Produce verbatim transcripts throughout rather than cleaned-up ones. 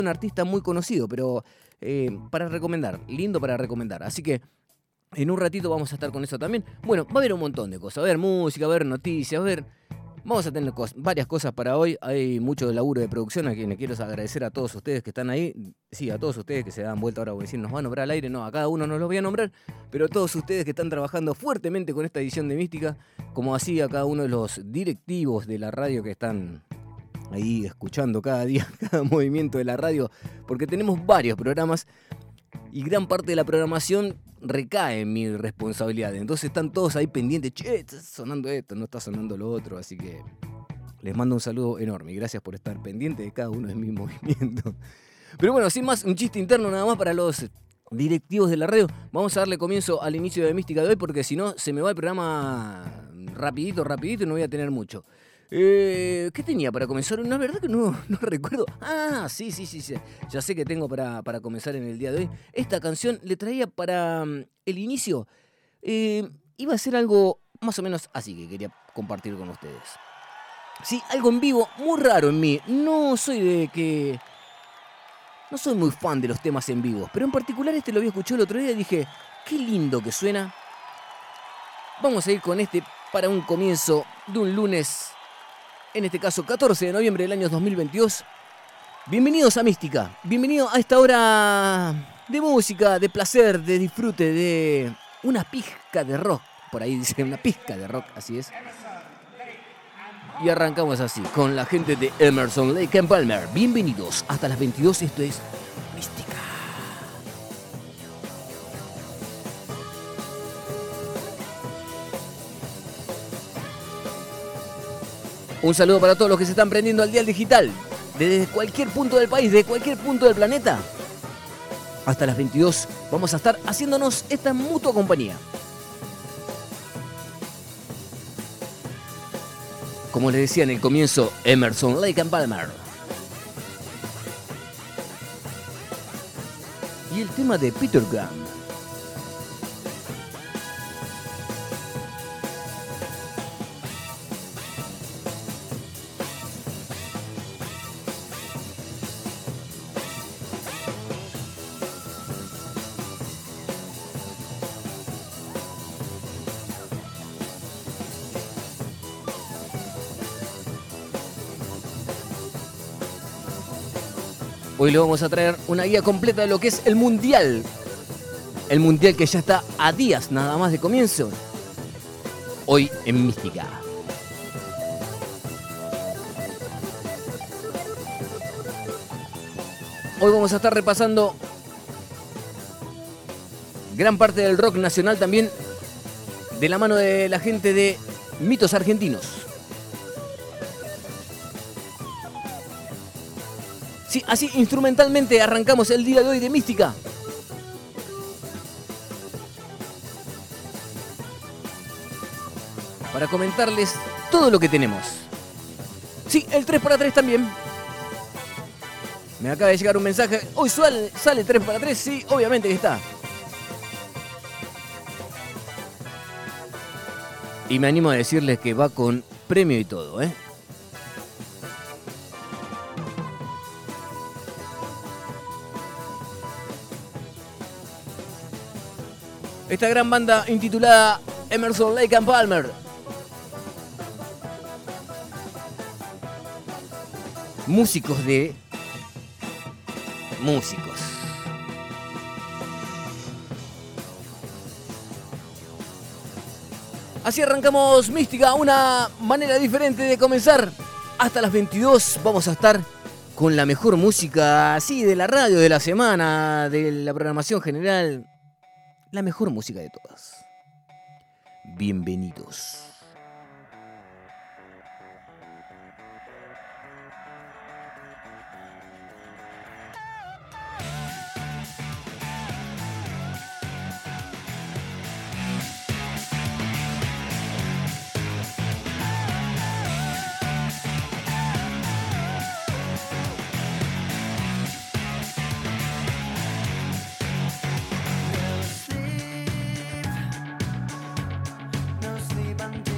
un artista muy conocido, pero eh, para recomendar, lindo para recomendar. Así que en un ratito vamos a estar con eso también. Bueno, va a haber un montón de cosas. Va a haber música, va a haber noticias, va a haber... Vamos a tener cosas, varias cosas para hoy. Hay mucho laburo de producción a quienes quiero agradecer a todos ustedes que están ahí. Sí, a todos ustedes que se dan vuelta ahora a decir, nos va a nombrar al aire. No, a cada uno no los voy a nombrar, pero a todos ustedes que están trabajando fuertemente con esta edición de Mística, como así a cada uno de los directivos de la radio que están ahí escuchando cada día, cada movimiento de la radio, porque tenemos varios programas y gran parte de la programación recae en mi responsabilidad. Entonces están todos ahí pendientes. Che, está sonando esto, no está sonando lo otro. Así que les mando un saludo enorme y gracias por estar pendientes de cada uno de mis movimientos. Pero bueno, sin más, un chiste interno nada más para los directivos de la radio. Vamos a darle comienzo al inicio de Mística de hoy, porque si no se me va el programa rapidito, rapidito y no voy a tener mucho. Eh, ¿Qué tenía para comenzar? La verdad que no, no recuerdo. Ah, sí, sí, sí, sí. Ya sé que tengo para, para comenzar en el día de hoy. Esta canción le traía para um, el inicio. Eh, iba a ser algo más o menos así que quería compartir con ustedes. Sí, algo en vivo muy raro en mí. No soy de que... No soy muy fan de los temas en vivo, pero en particular este lo había escuchado el otro día y dije, qué lindo que suena. Vamos a ir con este para un comienzo de un lunes... En este caso, catorce de noviembre del año dos mil veintidós. Bienvenidos a Mística. Bienvenido a esta hora de música, de placer, de disfrute, de una pizca de rock. Por ahí dice una pizca de rock, así es. Y arrancamos así, con la gente de Emerson, Lake and Palmer. Bienvenidos hasta las veintidós. Esto es Mística. Un saludo para todos los que se están prendiendo al dial digital, desde cualquier punto del país, desde cualquier punto del planeta. Hasta las veintidós vamos a estar haciéndonos esta mutua compañía. Como les decía en el comienzo, Emerson, Lake and Palmer. Y el tema de Peter Gunn. Hoy le vamos a traer una guía completa de lo que es el Mundial. El Mundial que ya está a días nada más de comienzo. Hoy en Mística. Hoy vamos a estar repasando gran parte del rock nacional también, de la mano de la gente de Mitos Argentinos. Sí, así instrumentalmente arrancamos el día de hoy de Mística. Para comentarles todo lo que tenemos. Sí, el tres para tres también. Me acaba de llegar un mensaje. Hoy sale, sale tres para tres, sí, obviamente que está. Y me animo a decirles que va con premio y todo, ¿eh? Esta gran banda intitulada Emerson, Lake and Palmer. Músicos de... Músicos. Así arrancamos Mística, una manera diferente de comenzar. Hasta las veintidós vamos a estar con la mejor música, así, de la radio, de la semana, de la programación general. La mejor música de todas. Bienvenidos. Sleep until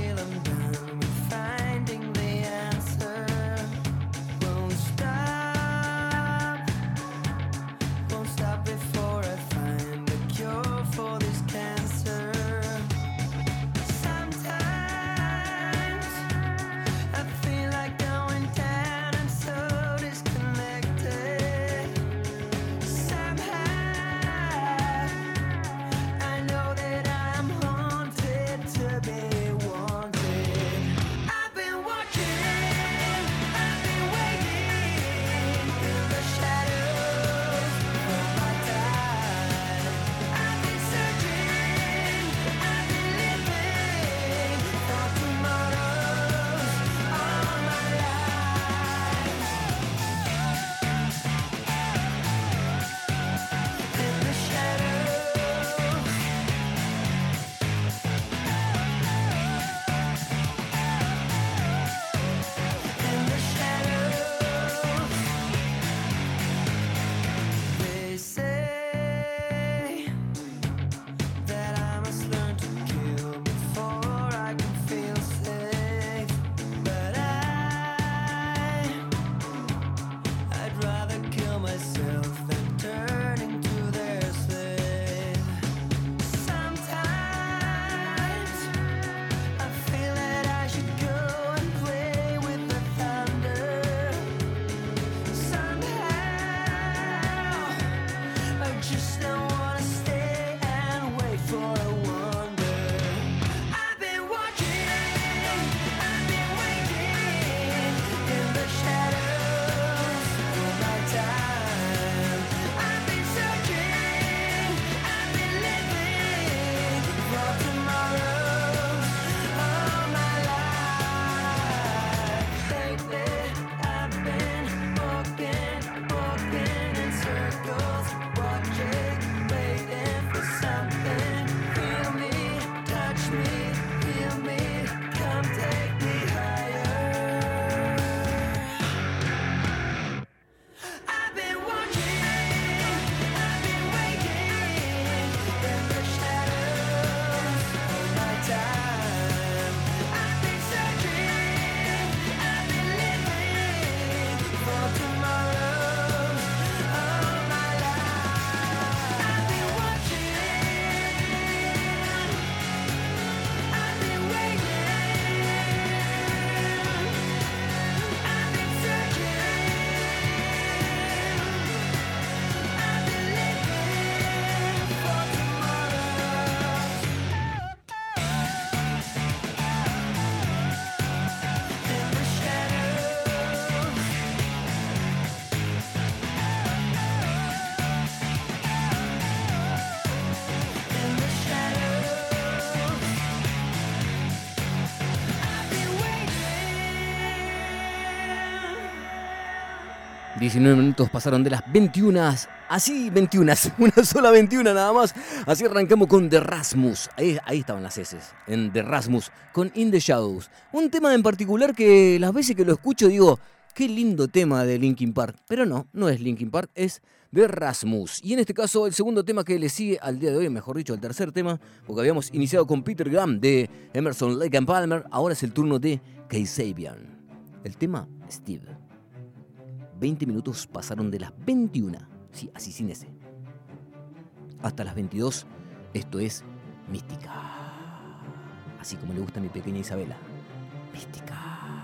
diecinueve minutos pasaron de las veintiuna. Así, veintiuna. Una sola veintiuna nada más. Así arrancamos con The Rasmus. Ahí, ahí estaban las S. En The Rasmus. Con In the Shadows. Un tema en particular que las veces que lo escucho digo, qué lindo tema de Linkin Park. Pero no, no es Linkin Park, es The Rasmus. Y en este caso, el segundo tema que le sigue al día de hoy, mejor dicho, el tercer tema, porque habíamos iniciado con Peter Graham de Emerson, Lake and Palmer. Ahora es el turno de Kasabian. El tema Steve. veinte minutos pasaron de las veintiuna. Sí, así sin ese. Hasta las veintidós. Esto es Mística. Así como le gusta a mi pequeña Isabela. Mística.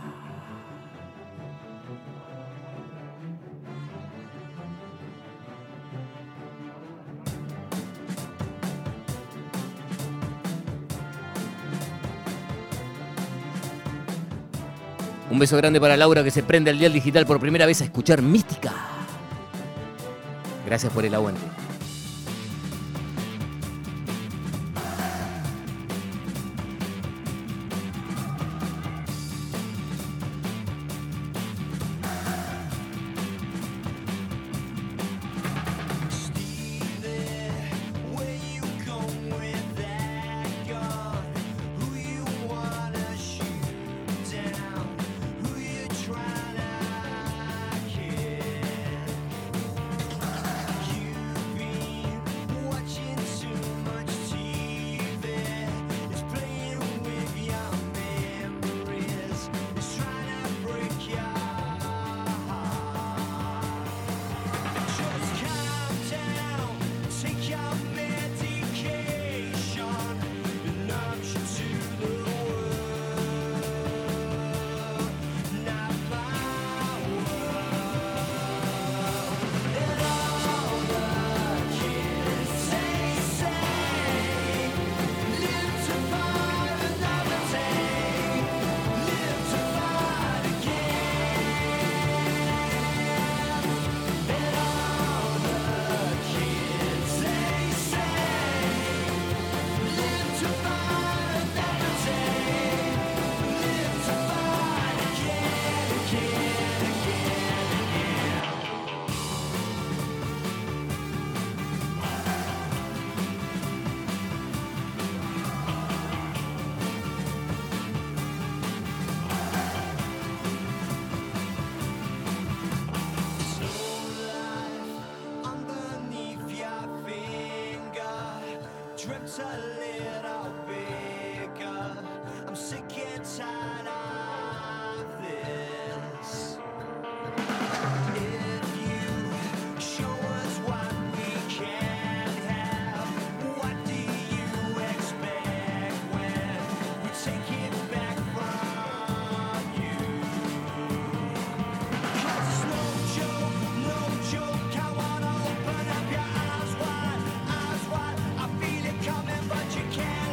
Un beso grande para Laura que se prende al dial digital por primera vez a escuchar Mística. Gracias por el aguante. Coming, but you can't.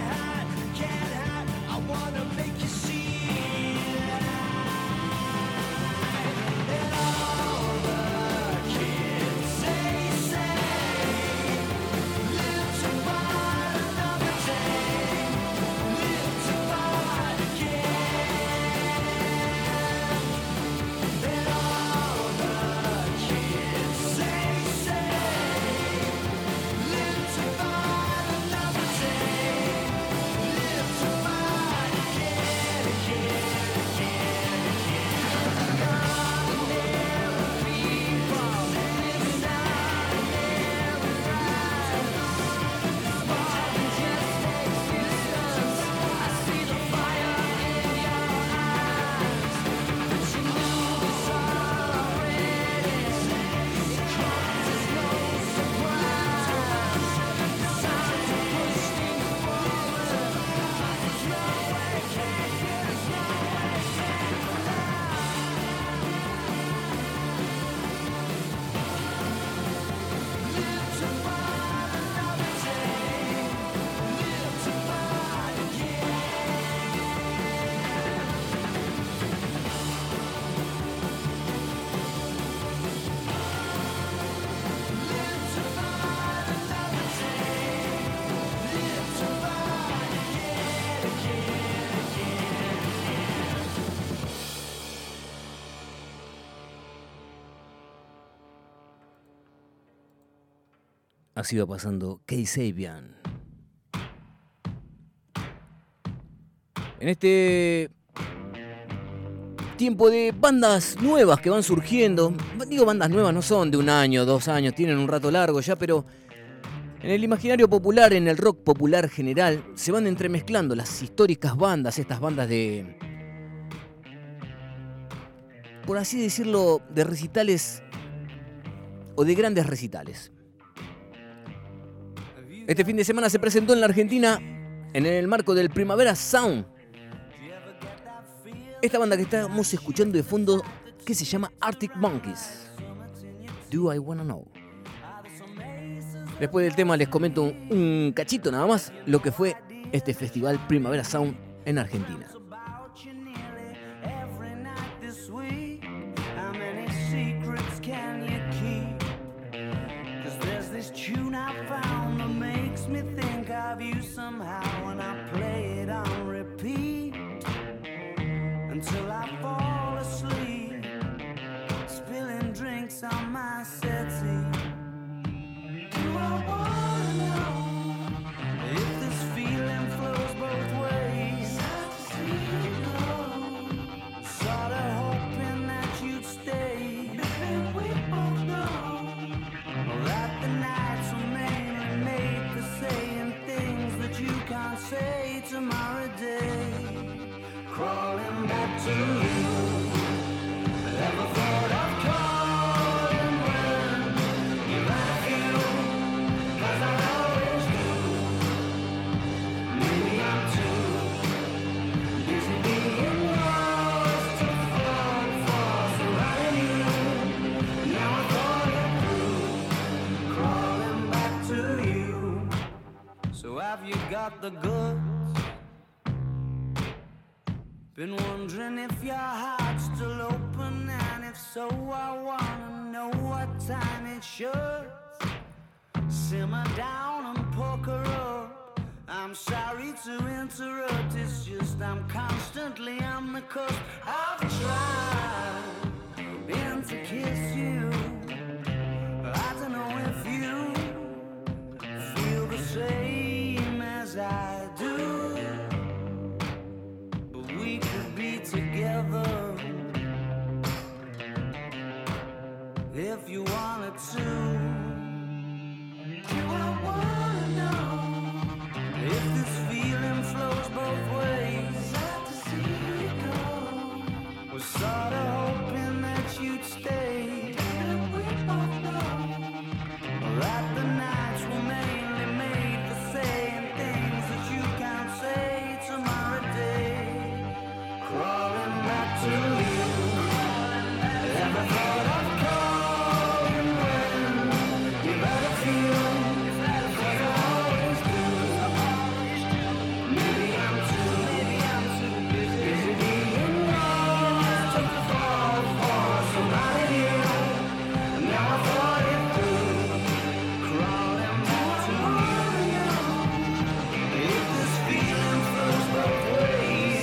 Así va pasando Kasabian. En este tiempo de bandas nuevas que van surgiendo, digo bandas nuevas, no son de un año, dos años, tienen un rato largo ya, pero en el imaginario popular, en el rock popular general, se van entremezclando las históricas bandas, estas bandas de, por así decirlo, de recitales o de grandes recitales. Este fin de semana se presentó en la Argentina, en el marco del Primavera Sound, esta banda que estamos escuchando de fondo, que se llama Arctic Monkeys. Do I Wanna Know. Después del tema les comento un, un cachito nada más lo que fue este festival Primavera Sound en Argentina. Until I fall asleep, spilling drinks on my settee. Do I wanna know if this feeling flows both ways? Sad to see you go, sorta hoping that you'd stay. Maybe we both know that the nights were mainly made for saying things that you can't say tomorrow day. Crawling back to you. Never thought of calling when you're at you, 'cause I always do. Maybe I'm too busy being lost to fall for surrounding you. Now I thought it through. Crawling back to you. So have you got the goods? Been wondering if your heart's still open, and if so, I wanna know what time it should. Simmer down and poker up. I'm sorry to interrupt, it's just I'm constantly on the cusp. I've tried been to kiss you. I don't know if you feel the same as I do. We could be together if you wanted to. Do I wanna know if this feeling flows both ways? Sad to see you go. Was sorta hoping that you'd stay. And we both know that the nights were mainly made for saying things that you can't say tomorrow day. Crawling back to you. Never thought of calling when you better feel. Cause I always do. Maybe I'm too, maybe I'm too busy, busy being lost to fall for somebody new. Now I thought it through. Crawling back to you. If this feeling flows both ways.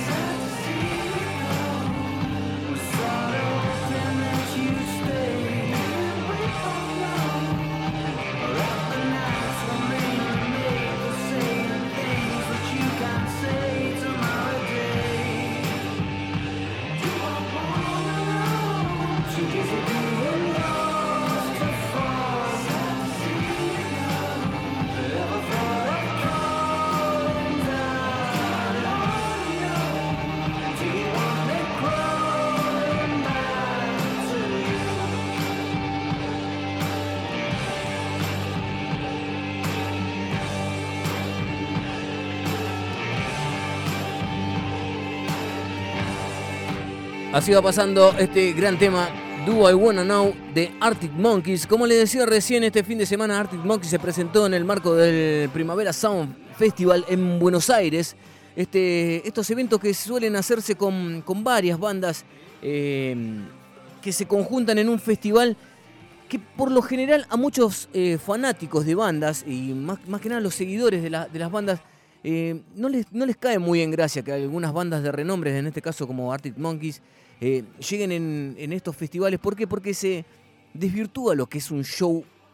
Así va pasando este gran tema Do I Wanna Know de Arctic Monkeys. Como les decía recién, este fin de semana Arctic Monkeys se presentó en el marco del Primavera Sound Festival en Buenos Aires. Este, estos eventos que suelen hacerse con, con varias bandas eh, que se conjuntan en un festival que por lo general a muchos eh, fanáticos de bandas y más, más que nada los seguidores de, la, de las bandas eh, no, les, no les cae muy en gracia que algunas bandas de renombre, en este caso como Arctic Monkeys, eh, lleguen en, en estos festivales. ¿Por qué? Porque se desvirtúa lo que es un show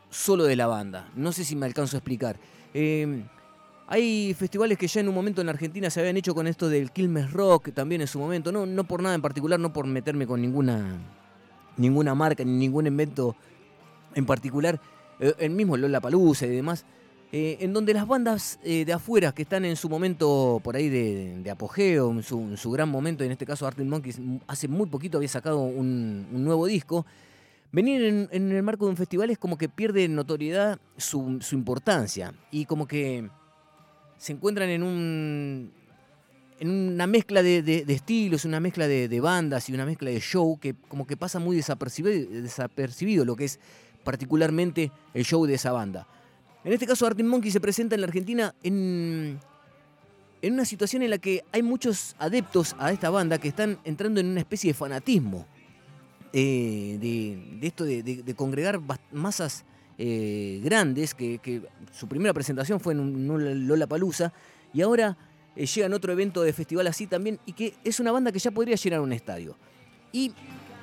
solo de la banda. No sé si me alcanzo a explicar. Eh, hay festivales que ya en un momento en la Argentina se habían hecho con esto del Quilmes Rock, también en su momento. No, no por nada en particular, no por meterme con ninguna, ninguna marca, ni ningún evento en particular. Eh, el mismo Lollapalooza y demás. Eh, en donde las bandas eh, de afuera que están en su momento por ahí de, de apogeo, en su, en su gran momento, en este caso Arctic Monkeys, hace muy poquito había sacado un, un nuevo disco. Venir en, en el marco de un festival es como que pierde notoriedad su, su importancia y como que se encuentran en un en una mezcla de, de, de estilos, una mezcla de, de bandas y una mezcla de show que como que pasa muy desapercibido, desapercibido lo que es particularmente el show de esa banda. En este caso Arctic Monkeys se presenta en la Argentina en, en una situación en la que hay muchos adeptos a esta banda que están entrando en una especie de fanatismo. Eh, de, de esto de, de, de congregar masas eh, grandes, que, que su primera presentación fue en un, un Lollapalooza y ahora eh, llega en otro evento de festival así también, y que es una banda que ya podría llenar un estadio. Y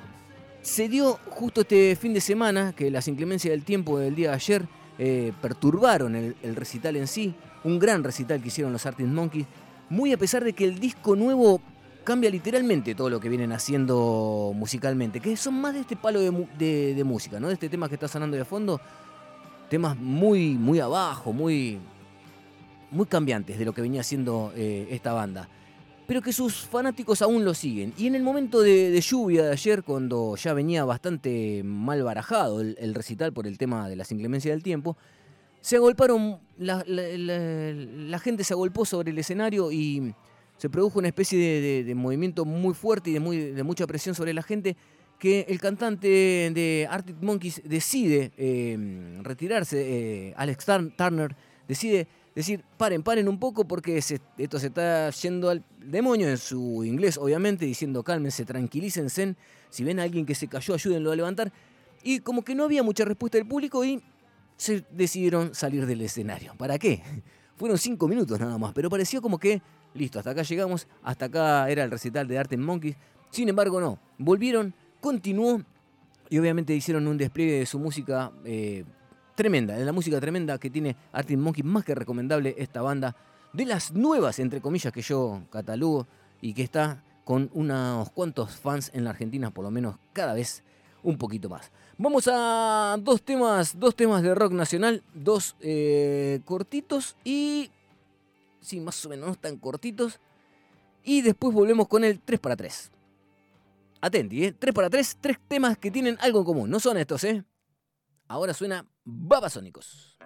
se dio justo este fin de semana que las inclemencias del tiempo del día de ayer eh, perturbaron el, el recital en sí, un gran recital que hicieron los Arctic Monkeys, muy a pesar de que el disco nuevo cambia literalmente todo lo que vienen haciendo musicalmente, que son más de este palo de, de, de música, ¿no? De este tema que está sonando de fondo, temas muy, muy abajo, muy, muy cambiantes de lo que venía haciendo eh, esta banda, pero que sus fanáticos aún lo siguen. Y en el momento de, de lluvia de ayer, cuando ya venía bastante mal barajado el, el recital por el tema de las inclemencias del tiempo, se agolparon, la, la, la, la gente se agolpó sobre el escenario y se produjo una especie de, de, de movimiento muy fuerte y de, muy, de mucha presión sobre la gente, que el cantante de Arctic Monkeys decide eh, retirarse, eh, Alex Turner decide decir, paren, paren un poco porque se, esto se está yendo al demonio, en su inglés obviamente, diciendo cálmense, tranquilícense, si ven a alguien que se cayó ayúdenlo a levantar, y como que no había mucha respuesta del público y se decidieron salir del escenario. ¿Para qué? Fueron cinco minutos nada más, pero pareció como que listo, hasta acá llegamos, hasta acá era el recital de Arctic Monkeys. Sin embargo, no. Volvieron, continuó y obviamente hicieron un despliegue de su música eh, tremenda, de la música tremenda que tiene Arctic Monkeys, más que recomendable esta banda, de las nuevas, entre comillas, que yo catalogo y que está con unos cuantos fans en la Argentina, por lo menos cada vez un poquito más. Vamos a dos temas, dos temas de rock nacional, dos eh, cortitos y... sí, más o menos, no tan cortitos. Y después volvemos con el tres para tres. Atenti, ¿eh? tres para tres, tres temas que tienen algo en común. No son estos, ¿eh? Ahora suena Babasónicos.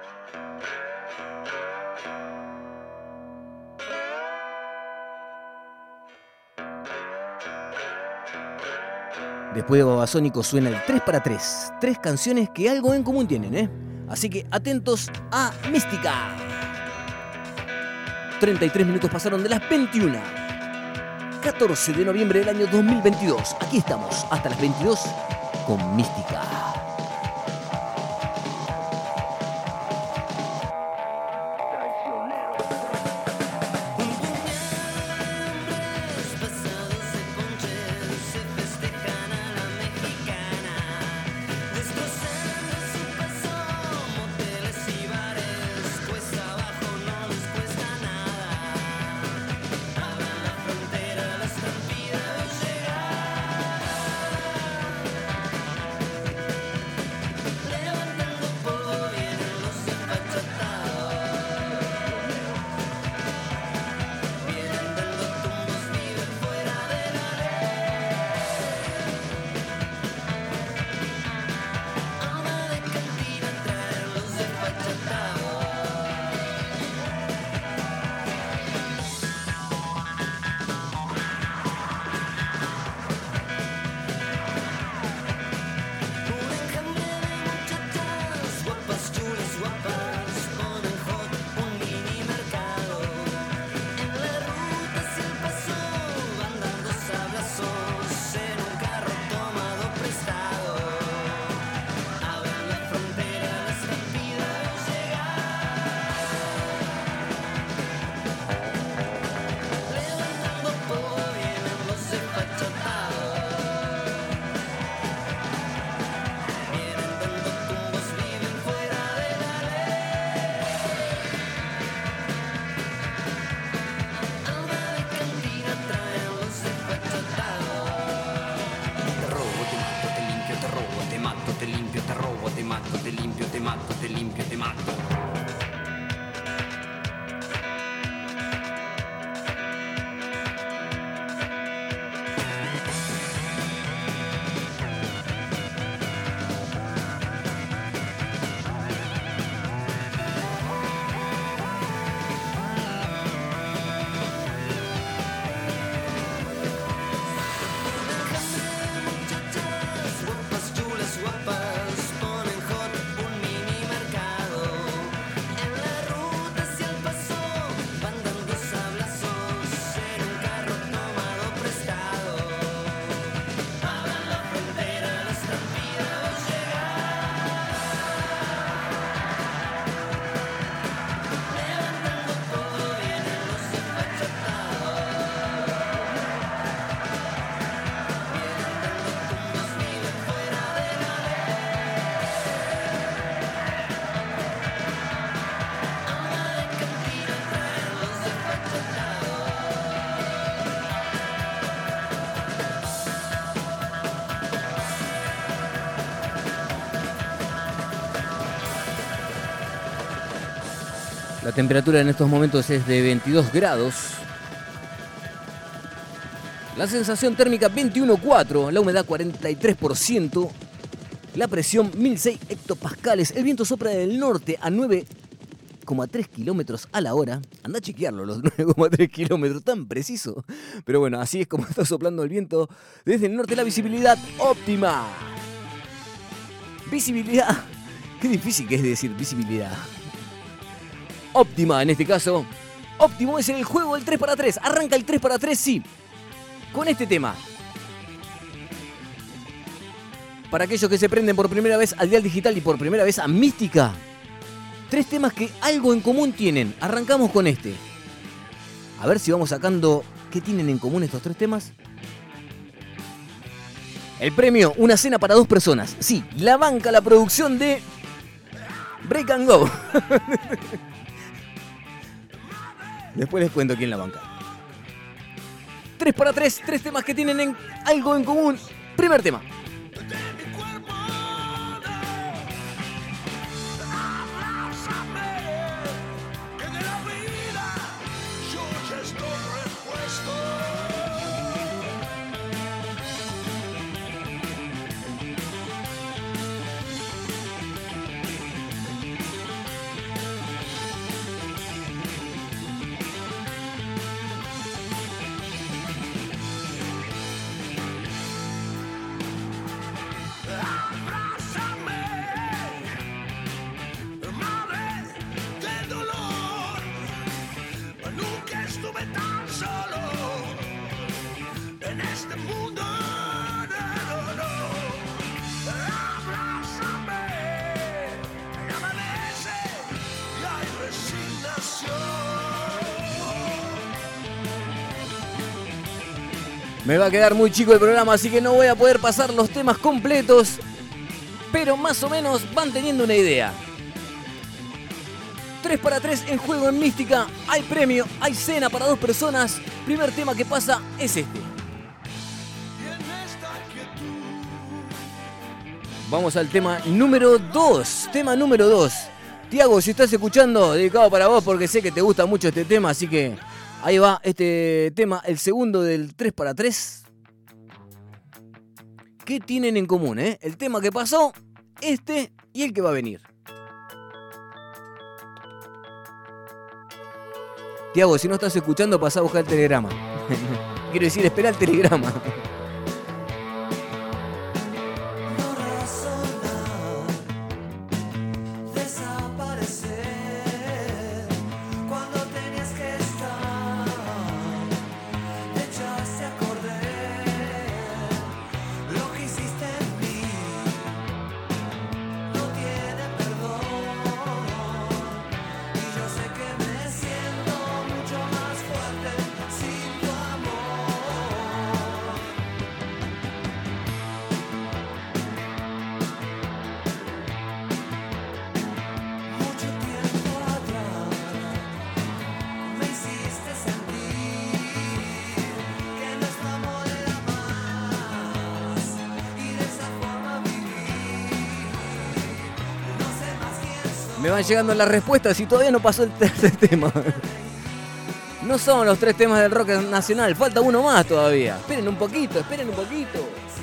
Después de Babasónicos suena el tres para tres. Tres canciones que algo en común tienen, ¿eh? Así que atentos a Mística. treinta y tres minutos pasaron de las veintiuna. catorce de noviembre del año dos mil veintidós. Aquí estamos hasta las veintidós con Mística. mato, te limpio, te mato. La temperatura en estos momentos es de veintidós grados. La sensación térmica veintiuno coma cuatro, la humedad cuarenta y tres por ciento, la presión mil seis hectopascales, el viento sopla del norte a nueve coma tres kilómetros a la hora. Anda a chequearlo, los nueve coma tres kilómetros, tan preciso. Pero bueno, así es como está soplando el viento desde el norte. La visibilidad óptima. Visibilidad. Qué difícil que es decir visibilidad. Óptima en este caso. Óptimo es en el juego del tres para tres. Arranca el tres para tres, sí. Con este tema. Para aquellos que se prenden por primera vez al dial digital y por primera vez a Mística. Tres temas que algo en común tienen. Arrancamos con este. A ver si vamos sacando qué tienen en común estos tres temas. El premio, una cena para dos personas. Sí, la banca, la producción de Break and Go. Después les cuento quién la banca. tres para tres, tres temas que tienen en algo en común. Primer tema. Me va a quedar muy chico el programa, así que no voy a poder pasar los temas completos, pero más o menos van teniendo una idea. tres para tres en juego en Mística, hay premio, hay cena para dos personas. Primer tema que pasa es este. Vamos al tema número dos, tema número dos. Tiago, si estás escuchando, dedicado para vos porque sé que te gusta mucho este tema, así que ahí va este tema, el segundo del tres para tres. ¿Qué tienen en común, eh? El tema que pasó, este y el que va a venir. Tiago, si no estás escuchando, pasá a buscar el telegrama. Quiero decir, espera el telegrama. Me van llegando las respuestas y todavía no pasó el tercer tema. No son los tres temas del rock nacional, falta uno más todavía. Esperen un poquito, esperen un poquito.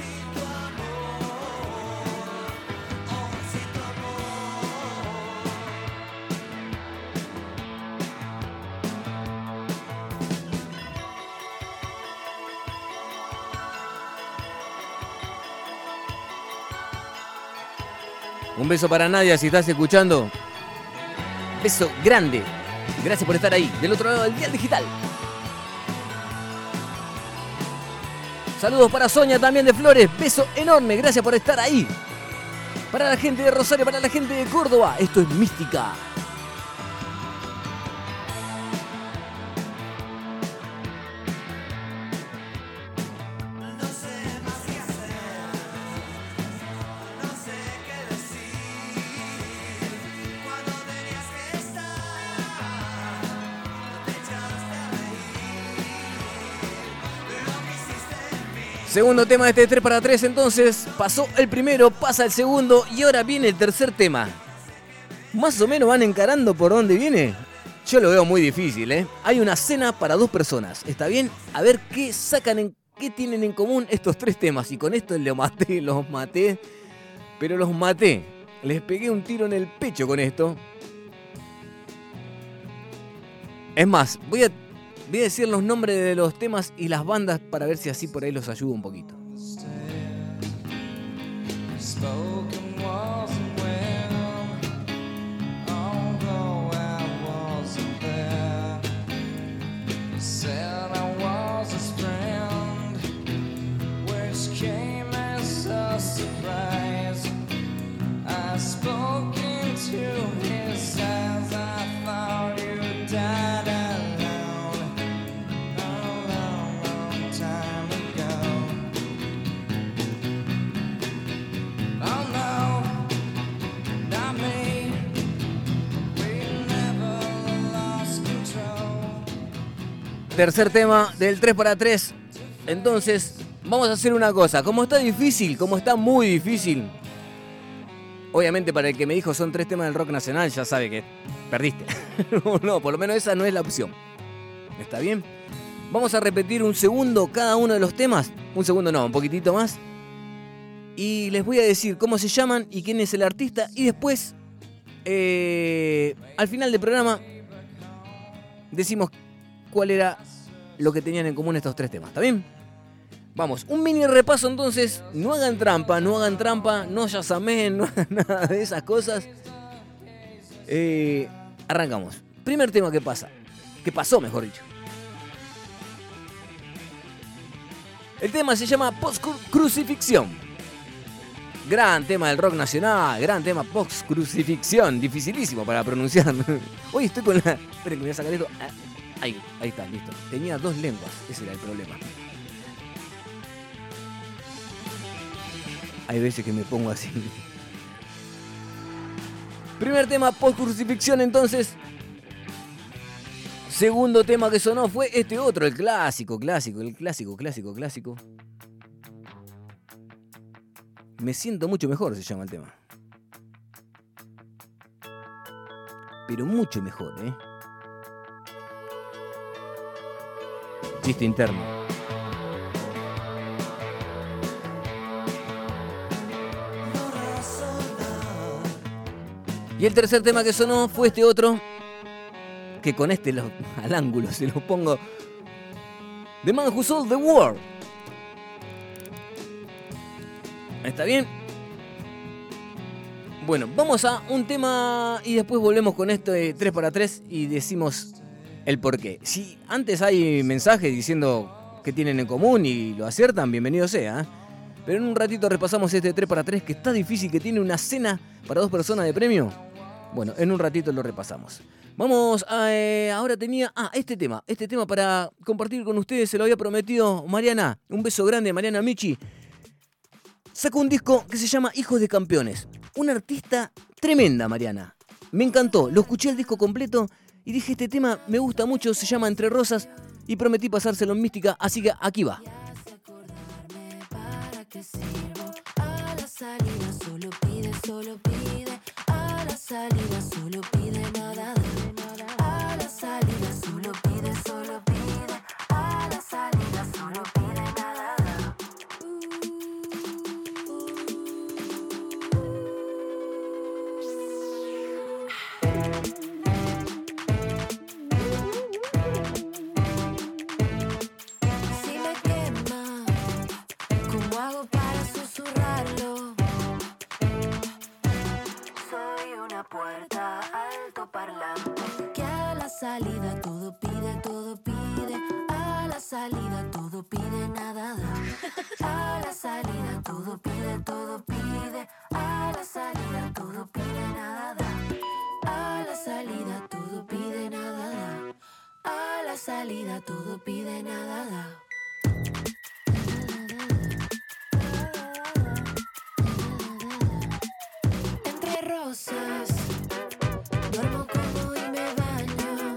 Un beso para Nadia si estás escuchando. Beso grande. Gracias por estar ahí, del otro lado del dial digital. Saludos para Sonia también de Flores. Beso enorme, gracias por estar ahí. Para la gente de Rosario, para la gente de Córdoba. Esto es Mística. Segundo tema de este tres para tres, entonces pasó el primero, pasa el segundo y ahora viene el tercer tema. Más o menos van encarando por dónde viene. Yo lo veo muy difícil, ¿eh? Hay una cena para dos personas, ¿está bien? A ver qué sacan, en, qué tienen en común estos tres temas. Y con esto los maté, los maté, pero los maté. Les pegué un tiro en el pecho con esto. Es más, voy a... Voy a decir los nombres de los temas y las bandas para ver si así por ahí los ayudo un poquito. Tercer tema del tres para tres. Entonces, vamos a hacer una cosa. Como está difícil, como está muy difícil. Obviamente para el que me dijo son tres temas del rock nacional, ya sabe que perdiste. No, por lo menos esa no es la opción. ¿Está bien? Vamos a repetir un segundo cada uno de los temas. Un segundo no, un poquitito más. Y les voy a decir cómo se llaman y quién es el artista. Y después, eh, al final del programa, decimos cuál era lo que tenían en común estos tres temas, ¿está bien? Vamos, un mini repaso entonces. No hagan trampa, no hagan trampa, no yasamen, no hagan nada de esas cosas. Eh, arrancamos. Primer tema que pasa, que pasó mejor dicho. El tema se llama Post-Crucifixión. Gran tema del rock nacional, gran tema Post-Crucifixión, dificilísimo para pronunciar. Hoy estoy con la... Esperen que voy a sacar esto. Ahí, ahí está, listo. Tenía dos lenguas, ese era el problema. Hay veces que me pongo así. Primer tema, Post-Crucifixión, entonces. Segundo tema que sonó fue este otro, el clásico, clásico, el clásico, clásico, clásico. Me siento mucho mejor, se llama el tema. Pero mucho mejor, ¿eh? Chiste interno. Y el tercer tema que sonó fue este otro, que con este lo, al ángulo se lo pongo. The Man Who Sold the World. ¿Está bien? Bueno, vamos a un tema y después volvemos con esto de tres para tres y decimos el porqué. Si antes hay mensajes diciendo que tienen en común y lo aciertan, bienvenido sea, ¿eh? Pero en un ratito repasamos este tres para tres que está difícil, que tiene una cena para dos personas de premio. Bueno, en un ratito lo repasamos. Vamos a... Eh, ahora tenía... Ah, este tema. Este tema para compartir con ustedes. Se lo había prometido Mariana. Un beso grande, Mariana Michi. Sacó un disco que se llama Hijos de Campeones. Una artista tremenda, Mariana. Me encantó. Lo escuché el disco completo y dije, este tema me gusta mucho. Se llama Entre Rosas y prometí pasárselo en Mística. Así que aquí va. A la salida solo pide, solo pide. A la salida solo pide nada. A la salida solo pide, solo pide. A la salida solo pide nada. Si me quema, ¿cómo hago para susurrarlo? Soy una puerta altoparlante que a la salida todo pide, todo pide. A la salida todo pide nada. A la salida todo pide, todo pide. A la salida todo pide nada. A la salida todo pide nada. A la salida todo pide nada. Entre rosas, duermo como y me baño.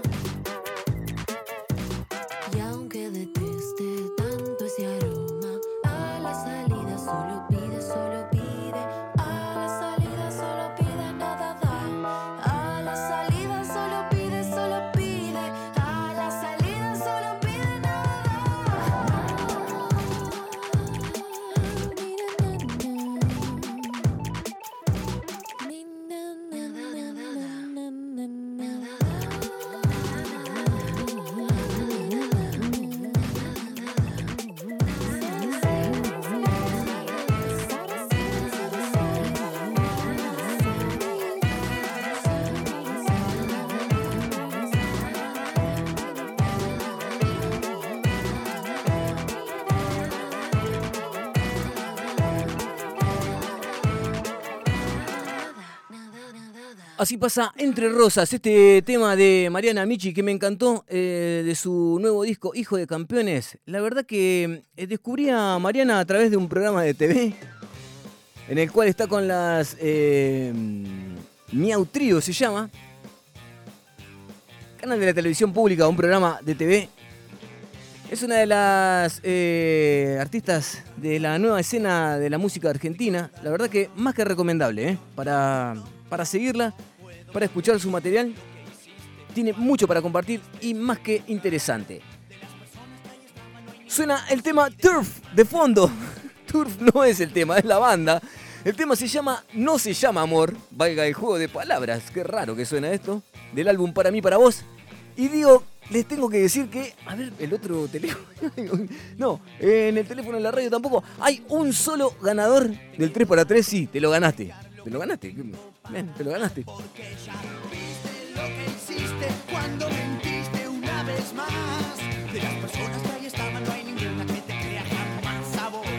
Y aunque deteste tanto ese aroma, a la salida solo pide, solo pide. A la salida solo pide nada da. A la salida solo pide, solo pide. A la salida solo pide nada Así pasa Entre Rosas, este tema de Mariana Michi que me encantó, eh, de su nuevo disco Hijo de Campeones. La verdad que eh, descubrí a Mariana a través de un programa de T V en el cual está con las eh, Miau Trío, se llama. Canal de la televisión pública, un programa de T V. Es una de las eh, artistas de la nueva escena de la música argentina. La verdad que más que recomendable, ¿eh? Para... para seguirla, para escuchar su material. Tiene mucho para compartir y más que interesante. Suena el tema Turf de fondo. Turf no es el tema, es la banda. El tema se llama No se llama amor, valga el juego de palabras, qué raro que suena esto, del álbum Para mí, para vos. Y digo, les tengo que decir que, a ver, el otro teléfono, no, en el teléfono de la radio tampoco, hay un solo ganador del tres por tres, sí, te lo ganaste. Te lo ganaste, bien, te lo ganaste. Porque ya viste lo que hiciste cuando mentiste una vez más. De las personas que ahí estaban, no hay ninguna que te crea jamás a vos.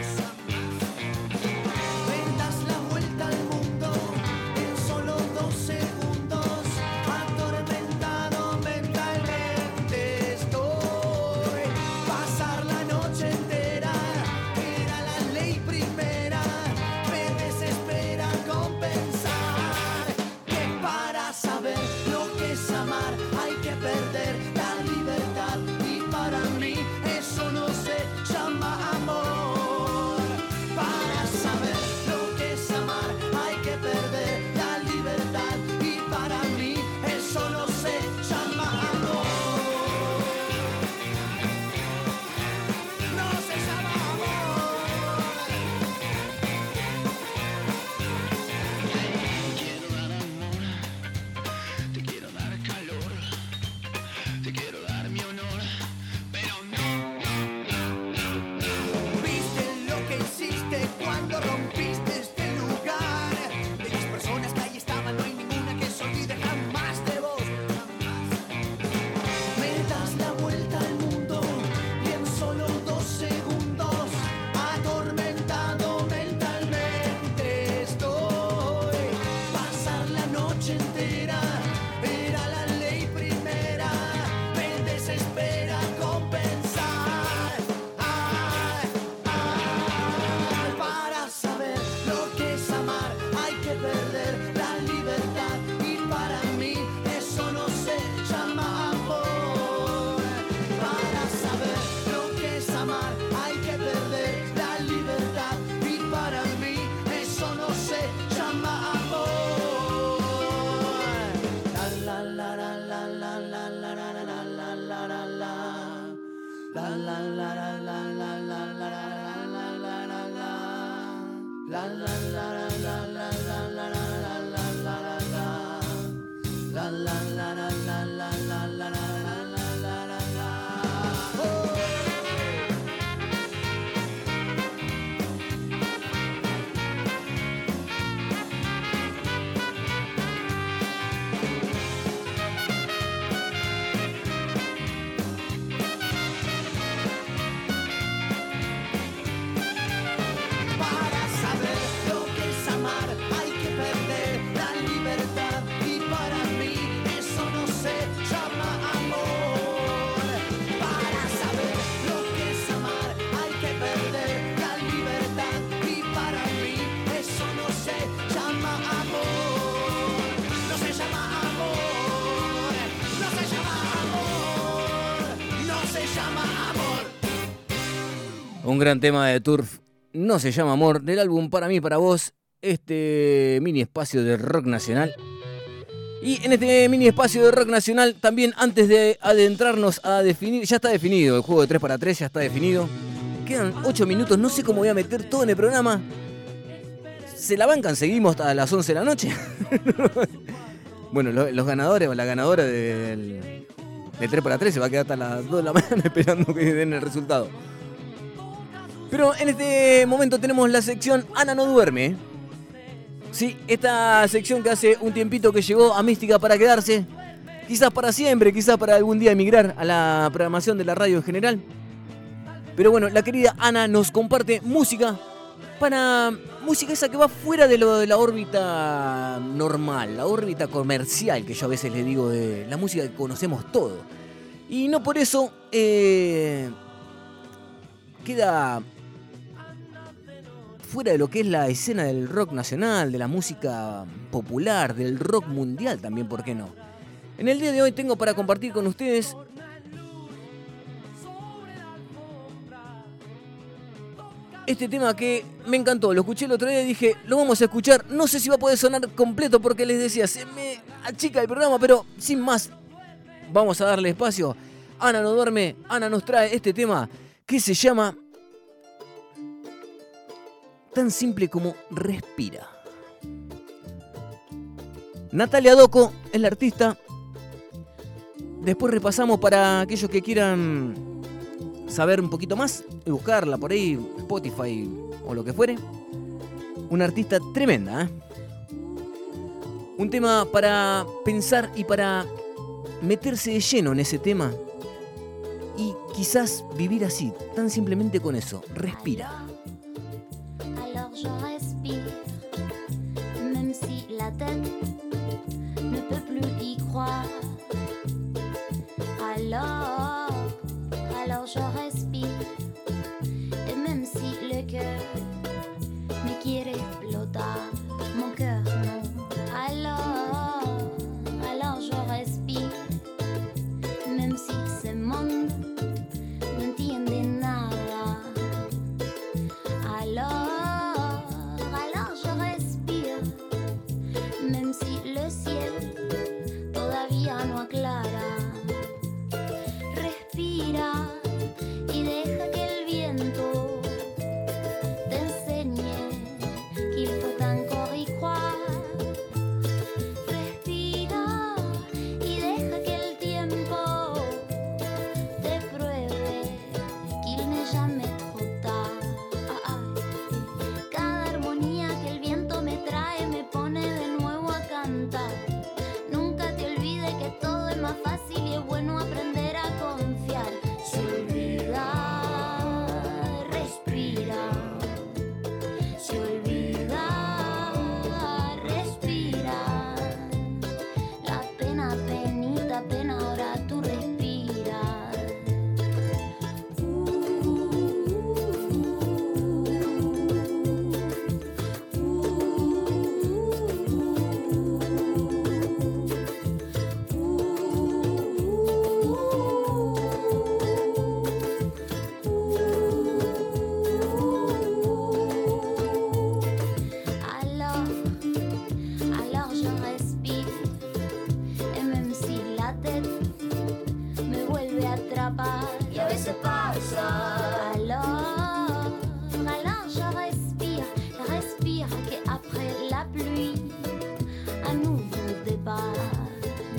Vendas la vuelta al mundo en solo dos segundos. Atormentado mentalmente estoy. Pasar la noche entera era la ley primera. Me desespera compensar que para saber lo que es amar hay que perder la libertad y para mí eso no se llama amor. Para saber lo que es amar hay que perder la libertad y para mí eso no se llama amor. No se llama amor. Quiero dar amor La la la la la la la la la la la la la. Oh. Para saber lo que es amar hay que perder la libertad y para mí eso no se llama amor. Para saber lo que es amar hay que perder la libertad y para mí eso no se llama amor. No se llama amor, no se llama amor, no se llama amor. Un gran tema de Turf. No se llama Amor, del álbum Para mí, para vos, este mini espacio de rock nacional. Y en este mini espacio de rock nacional, también antes de adentrarnos a definir, ya está definido, el juego de tres para tres ya está definido. Quedan ocho minutos, no sé cómo voy a meter todo en el programa. ¿Se la bancan? ¿Seguimos hasta las once de la noche? Bueno, los, los ganadores o la ganadora del, de tres para tres se va a quedar hasta las dos de la mañana esperando que den el resultado. Pero en este momento tenemos la sección Ana no duerme. Sí, esta sección que hace un tiempito que llegó a Mística para quedarse. Quizás para siempre, quizás para algún día emigrar a la programación de la radio en general. Pero bueno, la querida Ana nos comparte música para música esa que va fuera de lo de la órbita normal, la órbita comercial que yo a veces le digo de la música que conocemos todo. Y no por eso eh, queda fuera de lo que es la escena del rock nacional, de la música popular, del rock mundial también, ¿por qué no? En el día de hoy tengo para compartir con ustedes este tema que me encantó, lo escuché el otro día y dije, lo vamos a escuchar, no sé si va a poder sonar completo porque les decía, se me achica el programa, pero sin más, vamos a darle espacio. Ana no duerme, Ana nos trae este tema que se llama tan simple como Respira. Natalia Doco es la artista. Después repasamos para aquellos que quieran saber un poquito más y buscarla por ahí, Spotify o lo que fuere. Una artista tremenda, ¿eh? Un tema para pensar y para meterse de lleno en ese tema y quizás vivir así, tan simplemente con eso. Respira. Alors je respire, même si la tête ne peut plus y croire. Alors, alors je respire, et même si le cœur me quiere explotar, mon cœur non. Alors, alors je respire, même si ce monde no entiende nada. Alors, alors je respire, même si le ciel todavía no aclara. Respira y deja que el viento te enseñe qu'il faut encore y croire. Respira y deja que el tiempo te pruebe qu'il n'est jamais trop tard. Ah, ah. Cada armonía que el viento me trae me pone de nuevo a cantar. Nunca te olvides que todo es más fácil y es bueno aprender a confiar. Se olvida, respira. Se olvida, respira. La pena, penita, pena, ahora tú respiras. Alors, alors je respire, et même si la tête me vuelve a atrapar, y a veces pasa. Alors, alors je respire, respire que après la pluie, un nouveau départ.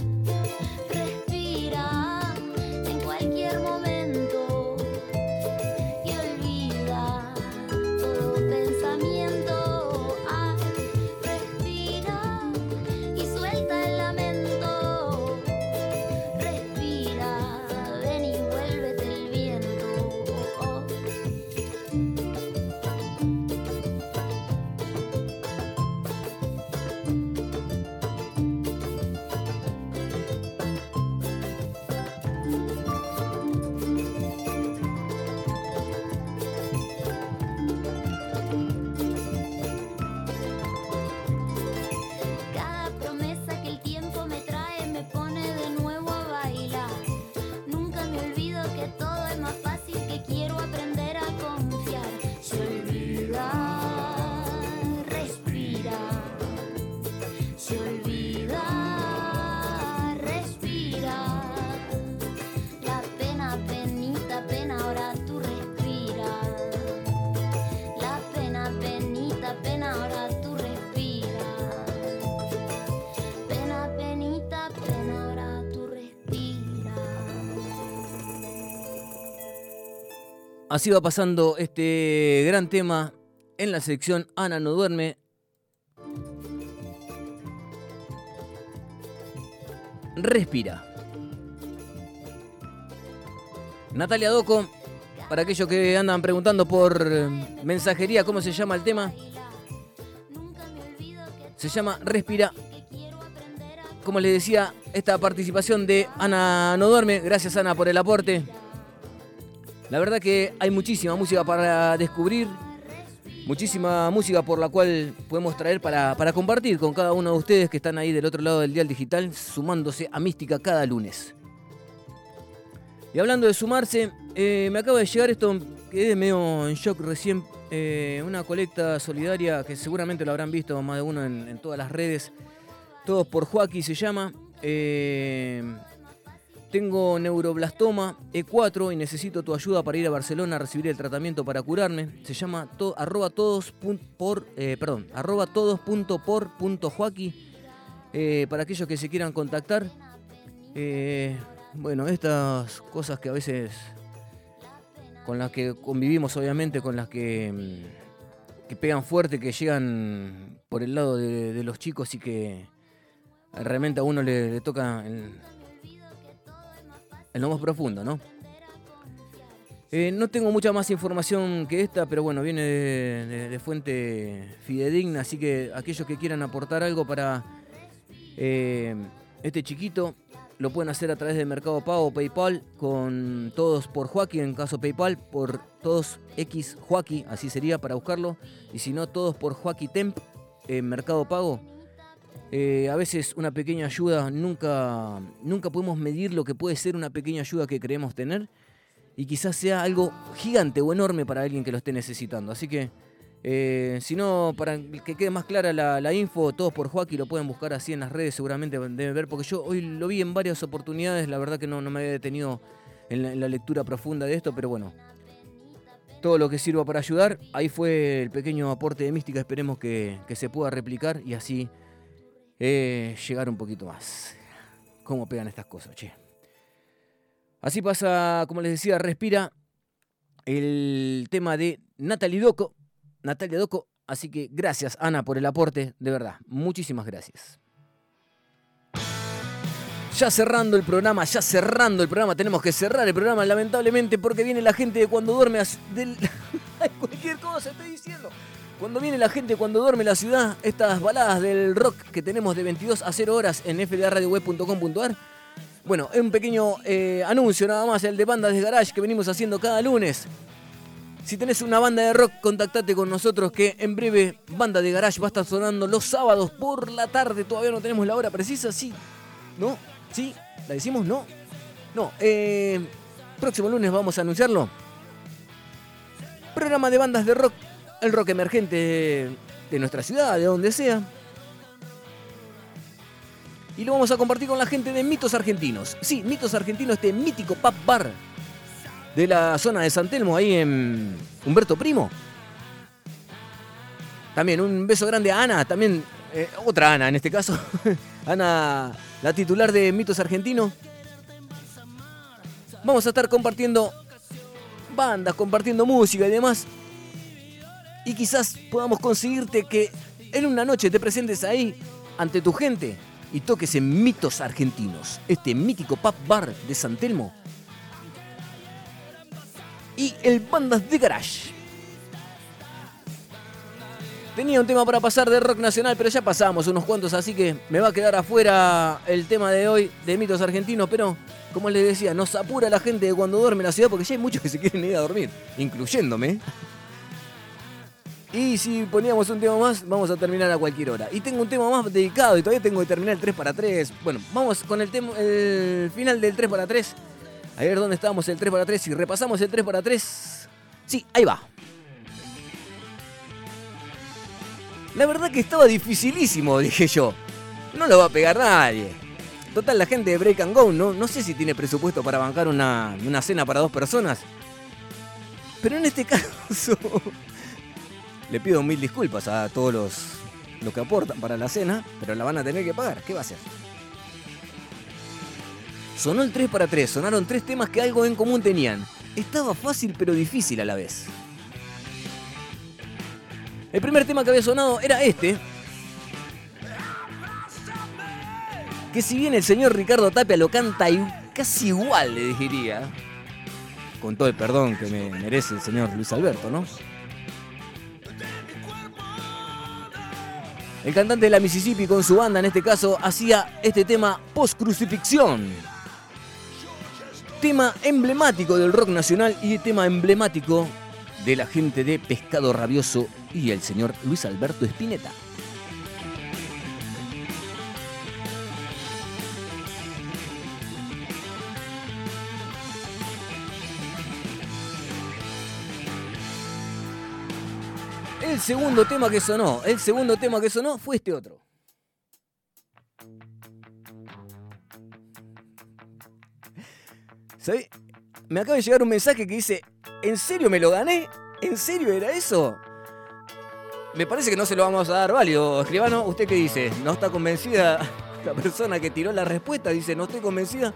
así va pasando este gran tema en la sección Ana no duerme. Respira. Natalia Doco, para aquellos que andan preguntando por mensajería cómo se llama el tema, se llama Respira. Como les decía, esta participación de Ana no duerme. Gracias, Ana, por el aporte. La verdad que hay muchísima música para descubrir, muchísima música por la cual podemos traer para, para compartir con cada uno de ustedes que están ahí del otro lado del dial digital, sumándose a Mística cada lunes. Y hablando de sumarse, eh, me acaba de llegar esto, quedé medio en shock recién, eh, una colecta solidaria que seguramente lo habrán visto más de uno en, en todas las redes. Todos por Joaquín se llama. Eh, tengo neuroblastoma E cuatro y necesito tu ayuda para ir a Barcelona a recibir el tratamiento para curarme. Se llama to, arroba todos punto por, eh, perdón, arroba todos punto por punto Joaquín. Eh, para aquellos que se quieran contactar. Eh, bueno, estas cosas que a veces con las que convivimos, obviamente, con las que, que pegan fuerte, que llegan por el lado de, de los chicos y que realmente a uno le, le toca en, en lo más profundo, ¿no? Eh, no tengo mucha más información que esta, pero bueno, viene de, de, de fuente fidedigna, así que aquellos que quieran aportar algo para eh, este chiquito, lo pueden hacer a través de Mercado Pago o PayPal, con Todos por Joaquín, en caso PayPal, por Todos X Joaquín, así sería para buscarlo, y si no, Todos por Joaquín Temp, en Mercado Pago. Eh, a veces una pequeña ayuda, nunca, nunca podemos medir lo que puede ser una pequeña ayuda que creemos tener, y quizás sea algo gigante o enorme para alguien que lo esté necesitando. Así que, eh, si no, para que quede más clara la, la info, Todos por Joaquín, lo pueden buscar así en las redes, seguramente deben ver, porque yo hoy lo vi en varias oportunidades, la verdad que no, no me había detenido en la, en la lectura profunda de esto, pero bueno, todo lo que sirva para ayudar, ahí fue el pequeño aporte de Mística, esperemos que, que se pueda replicar y así eh, llegar un poquito más. ¿Cómo pegan estas cosas, che? Así pasa, como les decía, Respira, el tema de Natalia Doco, Natalia Doco, así que gracias, Ana, por el aporte, de verdad, muchísimas gracias. Ya cerrando el programa, ya cerrando el programa, tenemos que cerrar el programa, lamentablemente, porque viene la gente de Cuando Duerme a, del, cualquier cosa estoy diciendo. Cuando viene la gente Cuando Duerme la ciudad, estas baladas del rock que tenemos de veintidós a cero horas en f d a radio web punto com punto a r. Bueno, un pequeño eh, anuncio nada más, el de Bandas de Garage que venimos haciendo cada lunes. Si tenés una banda de rock, contactate con nosotros que en breve Banda de Garage va a estar sonando los sábados por la tarde. Todavía no tenemos la hora precisa, ¿sí? ¿No? ¿Sí? ¿La decimos? ¿No? No, eh, próximo lunes vamos a anunciarlo. Programa de bandas de rock, el rock emergente de, de nuestra ciudad, de donde sea. Y lo vamos a compartir con la gente de Mitos Argentinos. Sí, Mitos Argentinos, este mítico pub bar de la zona de San Telmo, ahí en Humberto Primo. También un beso grande a Ana, también eh, otra Ana en este caso. Ana, la titular de Mitos Argentinos. Vamos a estar compartiendo bandas, compartiendo música y demás. Y quizás podamos conseguirte que en una noche te presentes ahí ante tu gente y toques en Mitos Argentinos, este mítico pub bar de San Telmo. Y el Bandas de Garage. Tenía un tema para pasar de rock nacional, pero ya pasamos unos cuantos, así que me va a quedar afuera el tema de hoy de Mitos Argentinos, pero como les decía, nos apura la gente de Cuando Duerme la ciudad, porque ya hay muchos que se quieren ir a dormir, incluyéndome. Y si poníamos un tema más, vamos a terminar a cualquier hora. Y tengo un tema más dedicado y todavía tengo que terminar el tres para tres. Bueno, vamos con el, tema, el final del tres para tres. A ver dónde estábamos el tres para tres. Si repasamos el tres para tres. Sí, ahí va. La verdad que estaba dificilísimo, dije yo. No lo va a pegar nadie. Total, la gente de Break and Go, no, no sé si tiene presupuesto para bancar una, una cena para dos personas. Pero en este caso... Le pido mil disculpas a todos los, los que aportan para la cena, pero la van a tener que pagar. ¿Qué va a hacer? Sonó el tres para tres, sonaron tres temas que algo en común tenían. estaba fácil pero difícil a la vez. El primer tema que había sonado era este, que si bien el señor Ricardo Tapia lo canta casi igual, le diría, con todo el perdón que me merece el señor Luis Alberto, ¿no? El cantante de la Mississippi con su banda, en este caso, hacía este tema Post-Crucifixión. Tema emblemático del rock nacional y tema emblemático de la gente de Pescado Rabioso y el señor Luis Alberto Spinetta. El segundo tema que sonó, el segundo tema que sonó fue este otro. ¿Sabés? Me acaba de llegar un mensaje que dice, ¿en serio me lo gané? ¿En serio era eso? Me parece que no se lo vamos a dar válido, escribano. ¿Usted qué dice? ¿No está convencida la persona que tiró la respuesta? Dice, ¿no estoy convencida?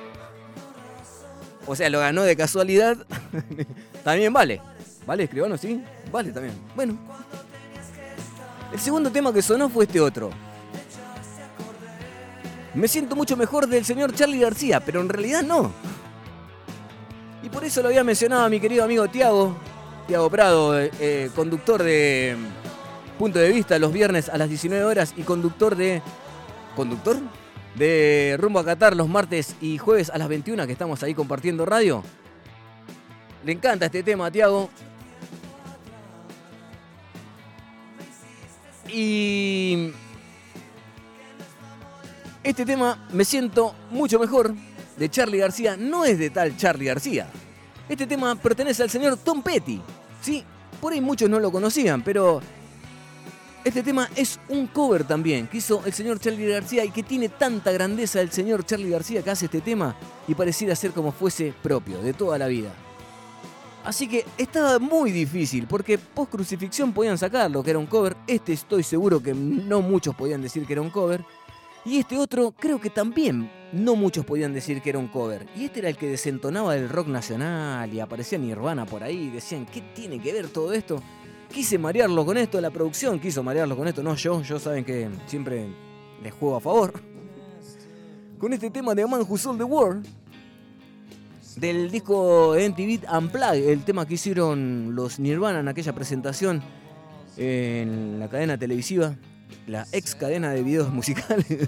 O sea, lo ganó de casualidad. También vale. ¿Vale, escribano? Sí, vale también. Bueno. El segundo tema que sonó fue este otro. Me siento mucho mejor del señor Charly García, pero en realidad no. Y por eso lo había mencionado a mi querido amigo Tiago, Tiago Prado, eh, conductor de Punto de Vista los viernes a las diecinueve horas y conductor de... ¿Conductor? De Rumbo a Qatar los martes y jueves a las veintiuna, que estamos ahí compartiendo radio. Le encanta este tema a Tiago. Y este tema, Me siento mucho mejor, de Charly García, no es de tal Charly García. Este tema pertenece al señor Tom Petty. Sí, por ahí muchos no lo conocían, pero este tema es un cover también que hizo el señor Charly García y que tiene tanta grandeza el señor Charly García que hace este tema y pareciera ser como fuese propio de toda la vida. Así que estaba muy difícil, porque Post Crucifixión podían sacarlo, que era un cover. Este estoy seguro que no muchos podían decir que era un cover. Y este otro creo que también no muchos podían decir que era un cover. Y este era el que desentonaba del rock nacional y aparecía Nirvana por ahí. Y decían, ¿qué tiene que ver todo esto? Quise marearlo con esto, la producción quiso marearlo con esto. No yo, yo saben que siempre les juego a favor. Con este tema de A Man Who Sold the World, del disco M T V Unplugged, el tema que hicieron los Nirvana en aquella presentación en la cadena televisiva, la ex cadena de videos musicales.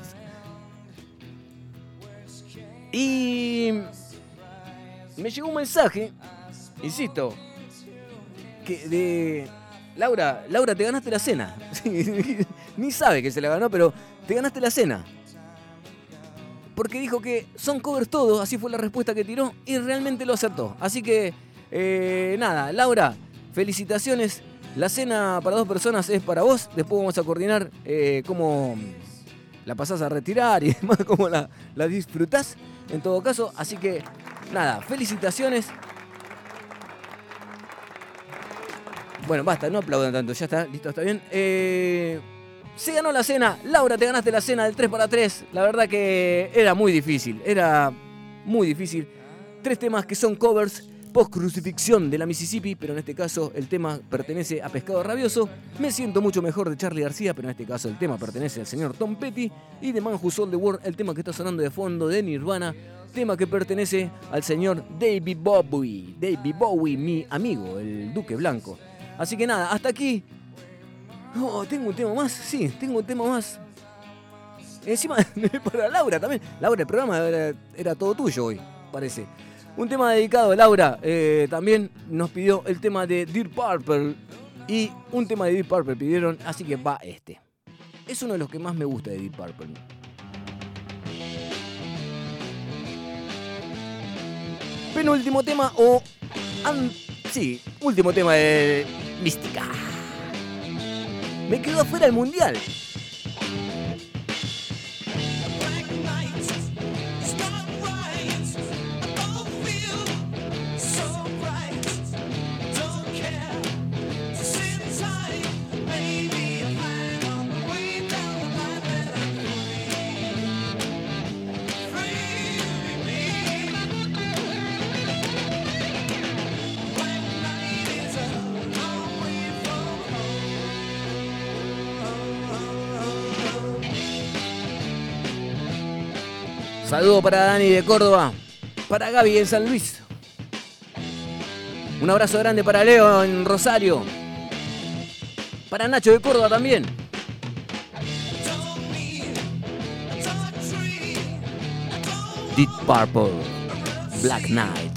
Y me llegó un mensaje, insisto, que de Laura, Laura, te ganaste la cena. Ni sabe que se la ganó, pero te ganaste la cena. Porque dijo que son covers todos, así fue la respuesta que tiró y realmente lo acertó. Así que, eh, nada, Laura, felicitaciones. La cena para dos personas es para vos. Después vamos a coordinar eh, cómo la pasás a retirar y demás, cómo la, la disfrutás en todo caso. Así que, nada, felicitaciones. Bueno, basta, no aplaudan tanto, ya está, listo, está bien. Eh... Se ganó la cena. Laura, te ganaste la cena del tres para tres. La verdad que era muy difícil. Era muy difícil. Tres temas que son covers. Post-Crucifixión de la Mississippi, pero en este caso el tema pertenece a Pescado Rabioso. Me siento mucho mejor de Charly García, pero en este caso el tema pertenece al señor Tom Petty. Y The Man Who Sold the World, el tema que está sonando de fondo de Nirvana, tema que pertenece al señor David Bowie. David Bowie, mi amigo, el Duque Blanco. Así que nada, hasta aquí. Oh, tengo un tema más, sí, tengo un tema más. Encima, para Laura también. Laura, el programa era, era todo tuyo hoy, parece. Un tema dedicado a Laura. Eh, también nos pidió el tema de Deep Purple. Y un tema de Deep Purple pidieron, así que va este. Es uno de los que más me gusta de Deep Purple. Penúltimo tema o... An, sí, último tema de Mística. Me quedó afuera el mundial. Saludo para Dani de Córdoba, para Gaby en San Luis. Un abrazo grande para Leo en Rosario. Para Nacho de Córdoba también. Deep Purple, Black Knight.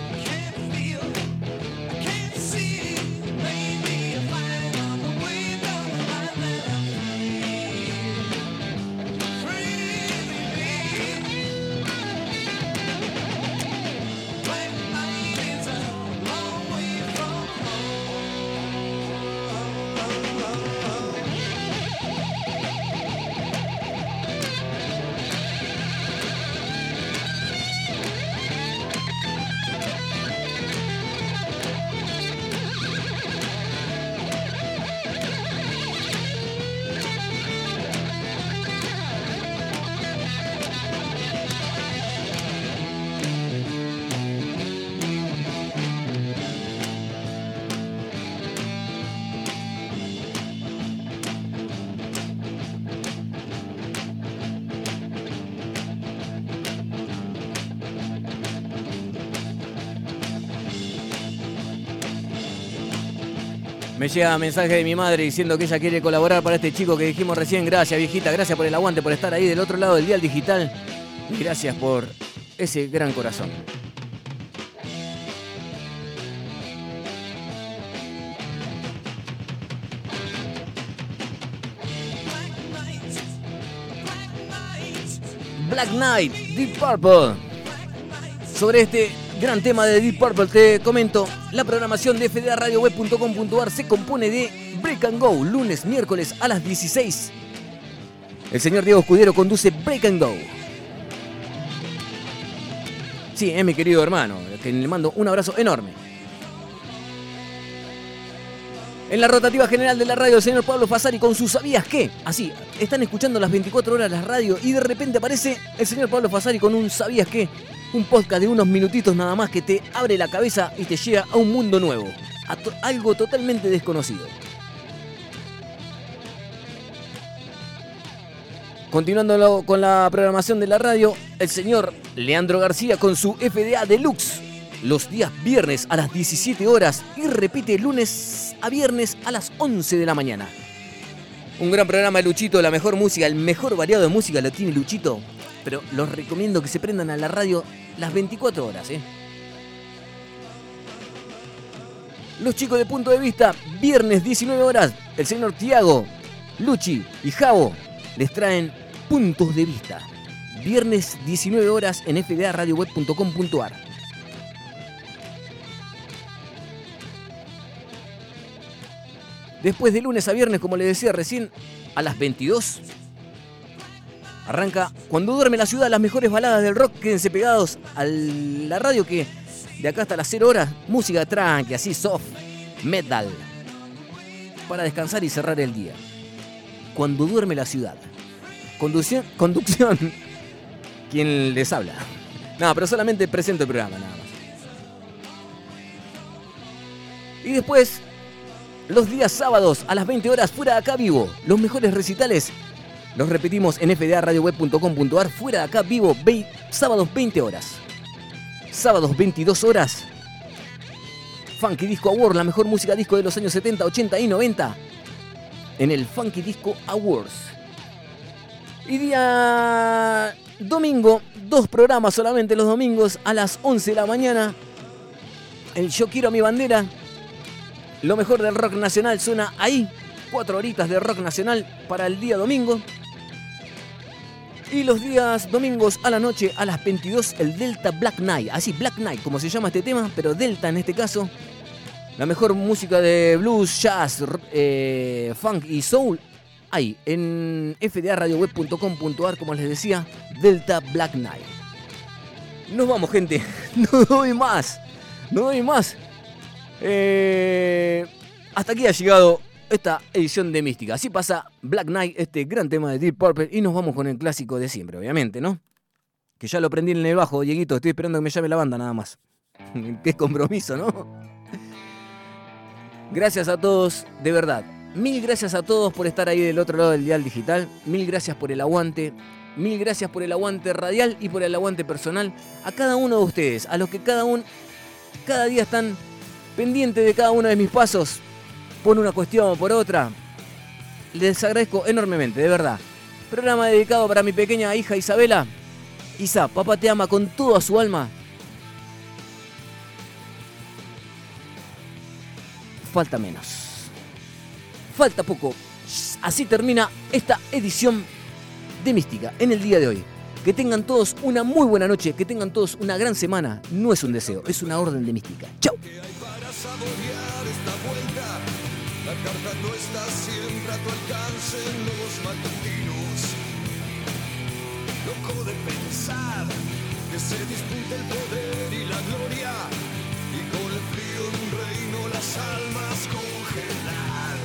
Me llega mensaje de mi madre diciendo que ella quiere colaborar para este chico que dijimos recién. Gracias, viejita. Gracias por el aguante, por estar ahí del otro lado del dial digital. Y gracias por ese gran corazón. Black Knight, Deep Purple. Sobre este gran tema de Deep Purple te comento. La programación de f d a radio web punto com punto a r se compone de Break and Go, lunes, miércoles a las dieciséis. El señor Diego Escudero conduce Break and Go. Sí, es mi querido hermano, que le mando un abrazo enorme. En la rotativa general de la radio, el señor Pablo Fasari con sus ¿sabías qué? Así, están escuchando las veinticuatro horas la radio y de repente aparece el señor Pablo Fasari con un ¿sabías qué? Un podcast de unos minutitos nada más que te abre la cabeza y te lleva a un mundo nuevo, a to- algo totalmente desconocido. Continuando lo- con la programación de la radio, el señor Leandro García con su F D A Deluxe, los días viernes a las diecisiete horas y repite lunes a viernes a las once de la mañana. Un gran programa de Luchito, la mejor música, el mejor variado de música lo tiene Luchito, pero los recomiendo que se prendan a la radio las veinticuatro horas, ¿eh? Los chicos de Punto de Vista, viernes diecinueve horas, el señor Tiago, Luchi y Javo les traen Puntos de Vista. Viernes diecinueve horas en f d a radio web punto com punto a r. Después de lunes a viernes, como les decía recién, a las veintidós, arranca Cuando duerme la ciudad, las mejores baladas del rock. Quédense pegados a la radio que de acá hasta las cero horas, música tranqui, así soft, metal, para descansar y cerrar el día. Cuando duerme la ciudad. Conducción, conducción, quien les habla. No, pero solamente presento el programa, nada más. Y después, los días sábados a las veinte horas, Fuera de Acá Vivo. Los mejores recitales los repetimos en f d a radio web punto com punto a r. Fuera de Acá Vivo, ve- sábados veinte horas. Sábados veintidós horas. Funky Disco Award, la mejor música disco de los años setenta, ochenta y noventa. En el Funky Disco Awards. Y día domingo, dos programas solamente los domingos a las once de la mañana. El Yo Quiero Mi Bandera. Lo mejor del rock nacional suena ahí. Cuatro horitas de rock nacional para el día domingo. Y los días domingos a la noche a las veintidós el Delta Black Knight. Así, Black Knight, como se llama este tema, pero Delta en este caso. La mejor música de blues, jazz, eh, funk y soul. Ahí, en f d a radio web punto com punto a r, como les decía, Delta Black Knight. Nos vamos, gente. No doy más. No doy más. Eh, hasta aquí ha llegado esta edición de Mística. Así pasa Black Knight, este gran tema de Deep Purple, y nos vamos con el clásico de siempre, obviamente, ¿no? Que ya lo prendí en el bajo, Dieguito. Estoy esperando que me llame la banda nada más. Qué compromiso, ¿no? Gracias a todos, de verdad. Mil gracias a todos por estar ahí del otro lado del dial digital. Mil gracias por el aguante. Mil gracias por el aguante radial y por el aguante personal a cada uno de ustedes, a los que cada uno, cada día están pendientes de cada uno de mis pasos, por una cuestión o por otra. Les agradezco enormemente, de verdad. Programa dedicado para mi pequeña hija Isabela. Isa, papá te ama con toda su alma. Falta menos. Falta poco. Así termina esta edición de Mística en el día de hoy. Que tengan todos una muy buena noche, que tengan todos una gran semana. No es un deseo, es una orden de Mística. ¡Chao! Para saborear esta vuelta, la carta no está siempre a tu alcance en los matutinos. Loco de pensar que se disputa el poder y la gloria, y con el frío de un reino las almas congelar.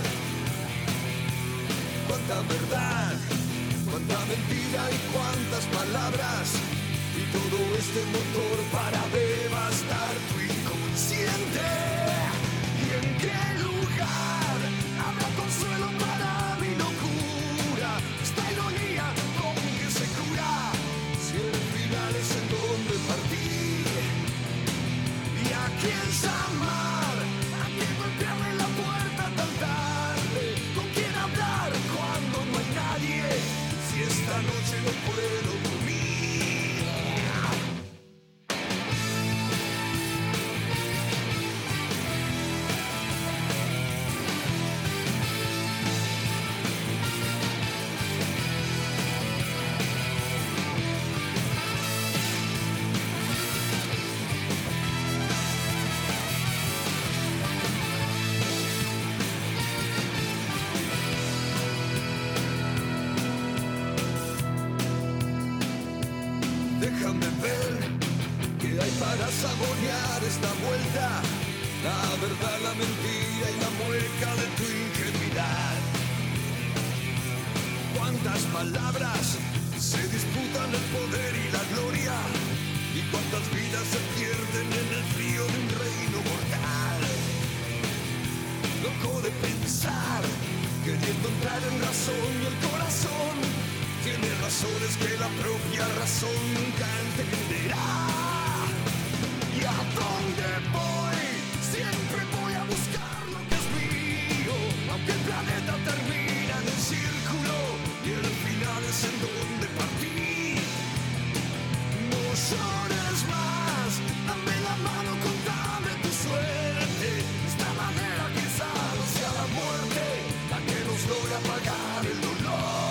Cuánta verdad, cuánta mentira y cuántas palabras, y todo este motor para devastar tu inconsciente. ¿Y en qué lugar habrá consuelo para mi locura? Esta ironía con que se cura, si el final es en donde partir. ¿Y a quién llamar? ¿A quién golpearle la puerta tan tarde? ¿Con quién hablar cuando no hay nadie? Si esta noche no puedo dormir. Déjame ver qué hay para saborear esta vuelta, la verdad, la mentira y la mueca de tu ingenuidad. Cuántas palabras se disputan el poder y la gloria, y cuántas vidas se pierden en el frío de un reino mortal. Loco de pensar, queriendo entrar en razón, y el corazón tiene razones que la propia razón nunca entenderá. ¿Y a dónde voy? Siempre voy a buscar lo que es mío, aunque el planeta termina en el círculo y el final es en donde partí. No llores más, dame la mano, contame tu suerte. De esta manera quizá no sea la muerte la que nos logra apagar el dolor.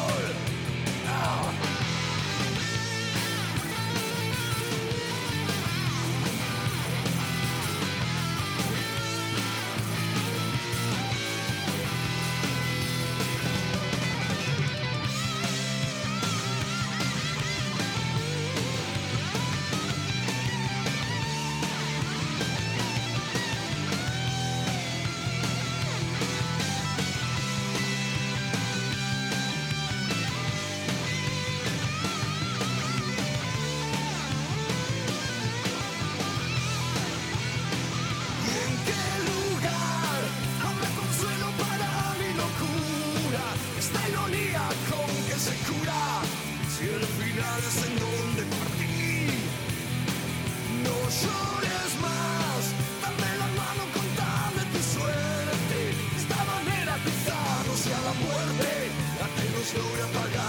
Logra pagar